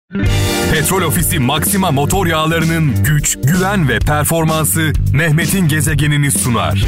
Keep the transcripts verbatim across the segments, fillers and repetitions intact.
Petrol Ofisi Maxima motor yağlarının güç, güven ve performansı Mehmet'in gezegenini sunar.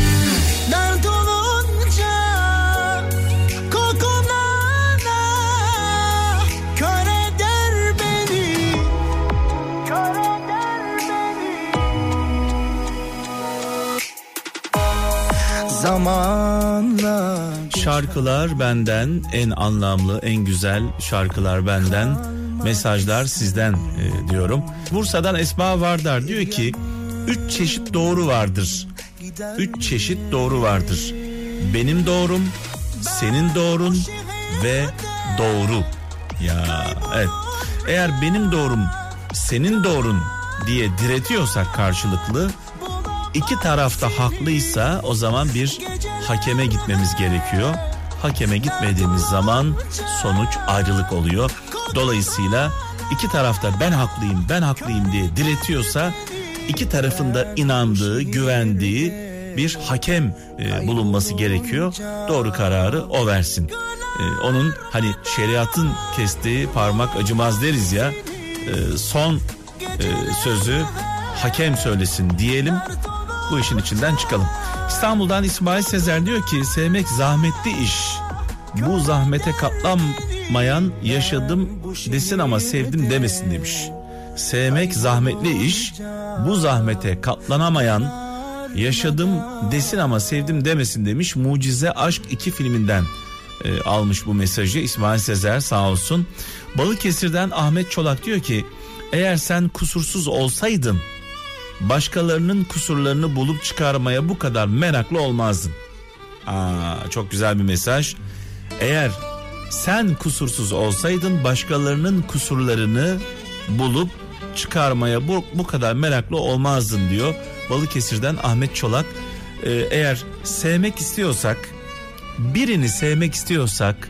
Zamanla şarkılar benden, en anlamlı, en güzel şarkılar benden, mesajlar sizden e, diyorum. Bursa'dan Esma Vardar diyor ki üç çeşit doğru vardır. Üç çeşit doğru vardır. Benim doğrum, senin doğrun ve doğru. Ya evet. Eğer benim doğrum, senin doğrun diye diretiyorsak karşılıklı, İki taraf da haklıysa o zaman bir hakeme gitmemiz gerekiyor. Hakeme gitmediğimiz zaman sonuç ayrılık oluyor. Dolayısıyla iki taraf da ben haklıyım, ben haklıyım diye diretiyorsa iki tarafın da inandığı, güvendiği bir hakem e, bulunması gerekiyor. Doğru kararı o versin. E, onun hani şeriatın kestiği parmak acımaz deriz ya. E, son e, sözü hakem söylesin diyelim. Bu işin içinden çıkalım. İstanbul'dan İsmail Sezer diyor ki sevmek zahmetli iş. Bu zahmete katlanmayan yaşadım desin ama sevdim demesin demiş. Sevmek zahmetli iş. Bu zahmete katlanamayan yaşadım desin ama sevdim demesin demiş. Mucize Aşk iki filminden e, almış bu mesajı İsmail Sezer, sağ olsun. Balıkesir'den Ahmet Çolak diyor ki eğer sen kusursuz olsaydın başkalarının kusurlarını bulup çıkarmaya bu kadar meraklı olmazdın. Aa, çok güzel bir mesaj. Eğer sen kusursuz olsaydın başkalarının kusurlarını bulup çıkarmaya bu, bu kadar meraklı olmazdın diyor. Balıkesir'den Ahmet Çolak. Ee, eğer sevmek istiyorsak, birini sevmek istiyorsak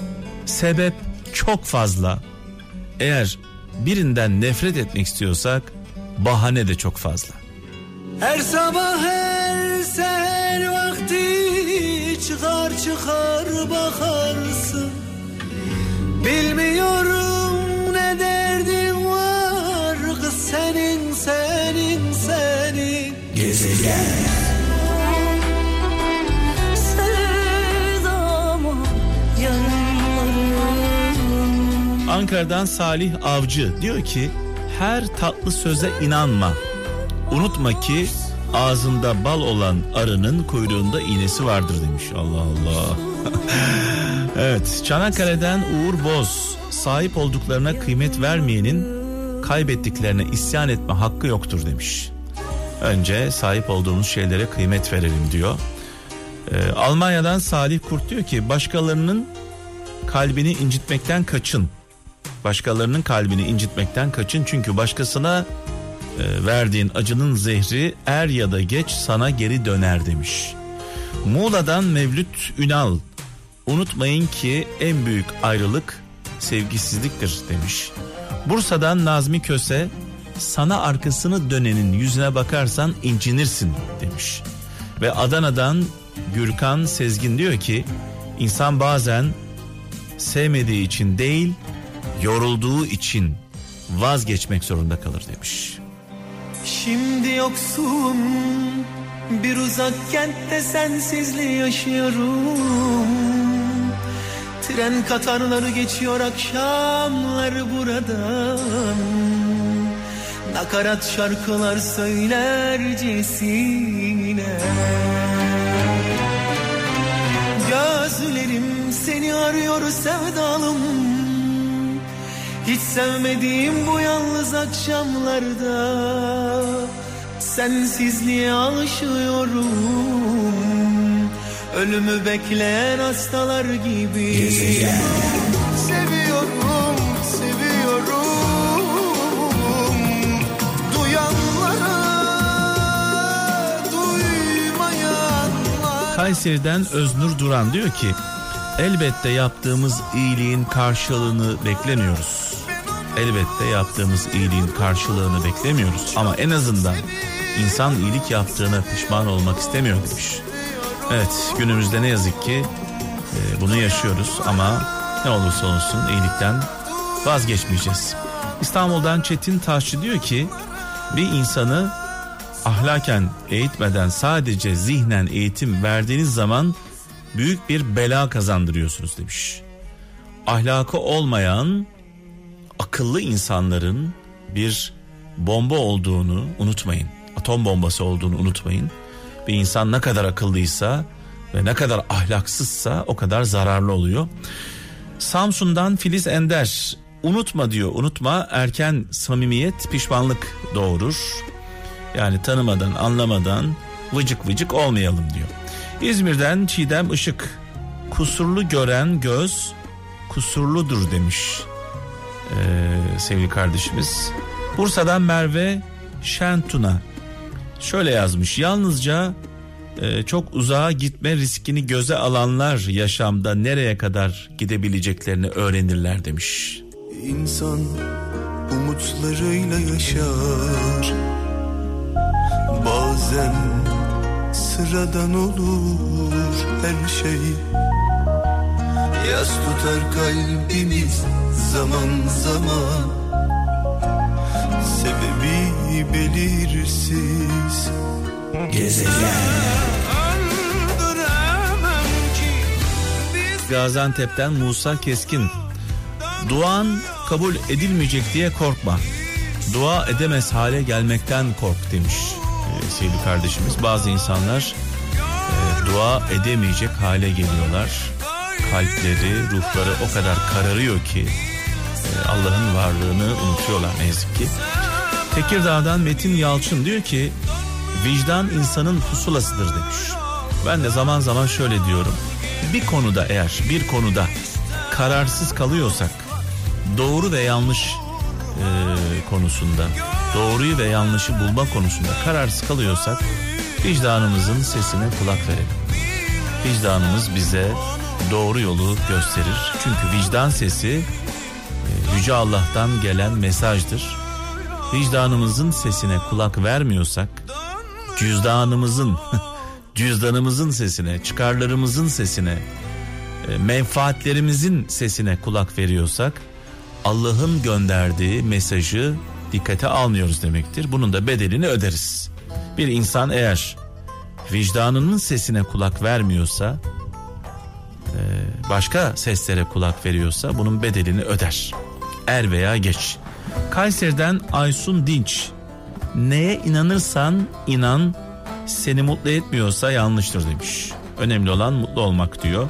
sebep çok fazla. Eğer birinden nefret etmek istiyorsak bahane de çok fazla. Her sabah her seher vakti çıkar çıkar bakarsın. Bilmiyorum ne derdin var kız senin senin senin. Gezegen. Ankara'dan Salih Avcı diyor ki her tatlı söze inanma. Unutma ki ağzında bal olan arının kuyruğunda iğnesi vardır demiş. Allah Allah. Evet, Çanakkale'den Uğur Boz. Sahip olduklarına kıymet vermeyenin kaybettiklerine isyan etme hakkı yoktur demiş. Önce sahip olduğumuz şeylere kıymet verelim diyor. Ee, Almanya'dan Salih Kurt diyor ki başkalarının kalbini incitmekten kaçın. Başkalarının kalbini incitmekten kaçın çünkü başkasına e, verdiğin acının zehri er ya da geç sana geri döner demiş. Muğla'dan Mevlüt Ünal, unutmayın ki en büyük ayrılık sevgisizliktir demiş. Bursa'dan Nazmi Köse, sana arkasını dönenin yüzüne bakarsan incinirsin demiş. Ve Adana'dan Gürkan Sezgin diyor ki insan bazen sevmediği için değil, yorulduğu için vazgeçmek zorunda kalır demiş. Şimdi yoksun bir uzak kentte sensizliği yaşıyorum. Tren katarları geçiyor akşamları buradan. Nakarat şarkılar söylercesine. Gözlerim seni arıyor sevdalım. Hiç sevmediğim bu yalnız akşamlarda sensizliğe alışıyorum. Ölümü bekleyen hastalar gibi. Gezegen. Seviyorum, seviyorum. Duyanlara, duymayanlara. Kayseri'den Öznur Duran diyor ki elbette yaptığımız iyiliğin karşılığını beklemiyoruz. Elbette yaptığımız iyiliğin karşılığını beklemiyoruz. Ama en azından insan iyilik yaptığına pişman olmak istemiyor demiş. Evet, günümüzde ne yazık ki e, bunu yaşıyoruz ama ne olursa olsun iyilikten vazgeçmeyeceğiz. İstanbul'dan Çetin Taşçı diyor ki bir insanı ahlaken eğitmeden sadece zihnen eğitim verdiğiniz zaman büyük bir bela kazandırıyorsunuz demiş. Ahlakı olmayan akıllı insanların bir bomba olduğunu unutmayın. Atom bombası olduğunu unutmayın. Bir insan ne kadar akıllıysa ve ne kadar ahlaksızsa o kadar zararlı oluyor. Samsun'dan Filiz Ender, unutma diyor, unutma, erken samimiyet pişmanlık doğurur. Yani tanımadan anlamadan vıcık vıcık olmayalım diyor. İzmir'den Çiğdem Işık, kusurlu gören göz kusurludur demiş ee, sevgili kardeşimiz. Bursa'dan Merve Şentuna şöyle yazmış: yalnızca e, çok uzağa gitme riskini göze alanlar yaşamda nereye kadar gidebileceklerini öğrenirler demiş. İnsan umutlarıyla yaşar, bazen sıradan olur her şey. Yas tutar kalbimiz zaman zaman, sebebi belirsiz. Gezegen. Gaziantep'ten Musa Keskin, duan kabul edilmeyecek diye korkma, dua edemez hale gelmekten kork demiş ee, sevgili kardeşimiz. Bazı insanlar e, dua edemeyecek hale geliyorlar. Kalpleri, ruhları o kadar kararıyor ki e, Allah'ın varlığını unutuyorlar ne yazık ki. Tekirdağ'dan Metin Yalçın diyor ki vicdan insanın pusulasıdır demiş. Ben de zaman zaman şöyle diyorum: bir konuda, eğer bir konuda kararsız kalıyorsak, doğru ve yanlış e, konusunda, doğruyu ve yanlışı bulma konusunda kararsız kalıyorsak vicdanımızın sesine kulak verelim. Vicdanımız bize doğru yolu gösterir. Çünkü vicdan sesi e, Yüce Allah'tan gelen mesajdır. Vicdanımızın sesine kulak vermiyorsak, cüzdanımızın cüzdanımızın sesine, çıkarlarımızın sesine, e, menfaatlerimizin sesine kulak veriyorsak, Allah'ın gönderdiği mesajı dikkate almıyoruz demektir. Bunun da bedelini öderiz. Bir insan eğer vicdanının sesine kulak vermiyorsa, e, başka seslere kulak veriyorsa bunun bedelini öder. Er veya geç. Kayseri'den Aysun Dinç, neye inanırsan inan, seni mutlu etmiyorsa yanlıştır demiş. Önemli olan mutlu olmak diyor.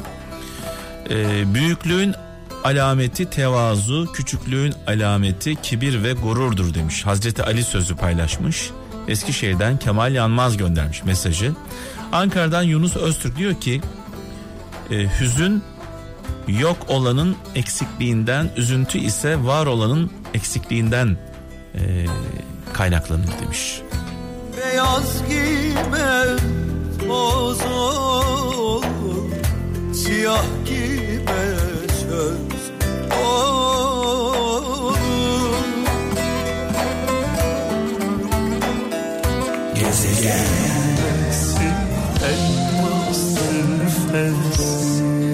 Ee, büyüklüğün alameti tevazu, küçüklüğün alameti kibir ve gururdur demiş. Hazreti Ali sözü paylaşmış. Eskişehir'den Kemal Yanmaz göndermiş mesajı. Ankara'dan Yunus Öztürk diyor ki e, hüzün yok olanın eksikliğinden, üzüntü ise var olanın eksikliğinden e, kaynaklanır demiş. Beyaz giyme toz olur, siyah giyme söz olur. Gezegen elmas nefes.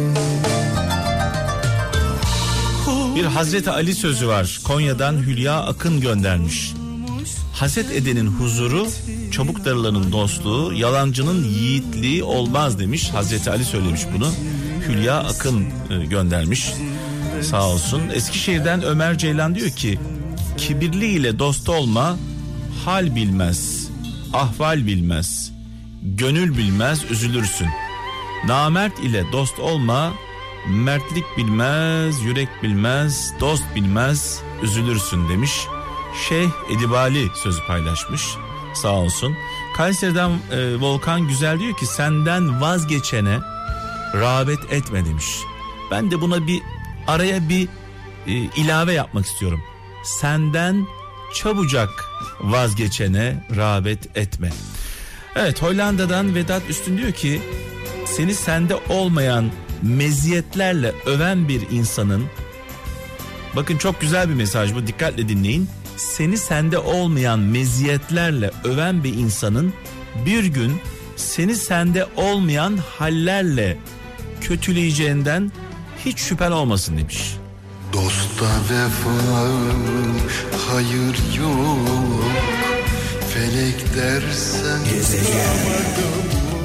Bir Hazreti Ali sözü var. Konya'dan Hülya Akın göndermiş. Haset edenin huzuru, çabuk darılanın dostluğu, yalancının yiğitliği olmaz demiş. Hazreti Ali söylemiş bunu. Hülya Akın göndermiş. Sağ olsun. Eskişehir'den Ömer Ceylan diyor ki kibirli ile dost olma, hal bilmez, ahval bilmez, gönül bilmez, üzülürsün. Namert ile dost olma, mertlik bilmez, yürek bilmez, dost bilmez, üzülürsün demiş. Şeyh Edibali sözü paylaşmış. Sağ olsun. Kayseri'den e, Volkan Güzel diyor ki senden vazgeçene rağbet etme demiş. Ben de buna bir araya bir e, ilave yapmak istiyorum. Senden çabucak vazgeçene rağbet etme. Evet, Hollanda'dan Vedat Üstün diyor ki seni sende olmayan meziyetlerle öven bir insanın, bakın çok güzel bir mesaj bu, dikkatle dinleyin. Seni sende olmayan meziyetlerle öven bir insanın bir gün seni sende olmayan hallerle kötüleyeceğinden hiç şüphen olmasın demiş. Dosta vefa hayır yok. Felek dersen gezegen.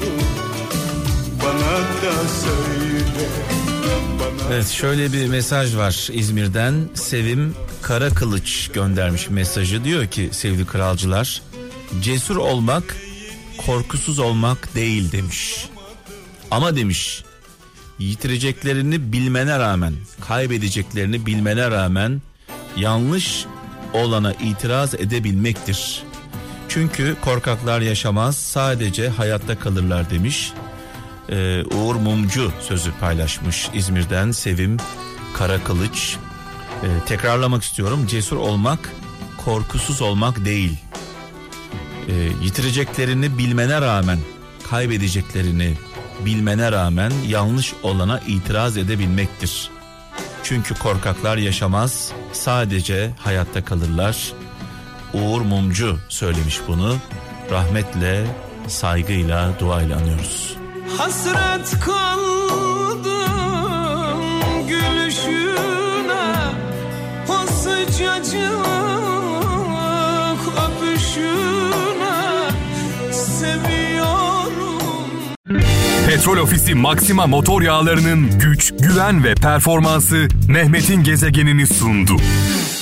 Bana da söyle. Bana Evet, şöyle bir mesaj var İzmir'den. Sevim Karakılıç göndermiş mesajı. Diyor ki sevgili kralcılar, cesur olmak korkusuz olmak değil demiş. Ama demiş, yitireceklerini bilmene rağmen, kaybedeceklerini bilmene rağmen yanlış olana itiraz edebilmektir. Çünkü korkaklar yaşamaz, sadece hayatta kalırlar demiş. Ee, Uğur Mumcu sözü paylaşmış İzmir'den Sevim Karakılıç. Ee, tekrarlamak istiyorum, cesur olmak korkusuz olmak değil. Ee, yitireceklerini bilmene rağmen, kaybedeceklerini bilmene rağmen yanlış olana itiraz edebilmektir. Çünkü korkaklar yaşamaz, sadece hayatta kalırlar. Uğur Mumcu söylemiş bunu. Rahmetle, saygıyla, duayla anıyoruz. Hasret kaldım gülüşüne, o sıcacık öpüşüne, seviyorum. Petrol Ofisi Maxima motor yağlarının güç, güven ve performansı Mehmet'in gezegenini sundu.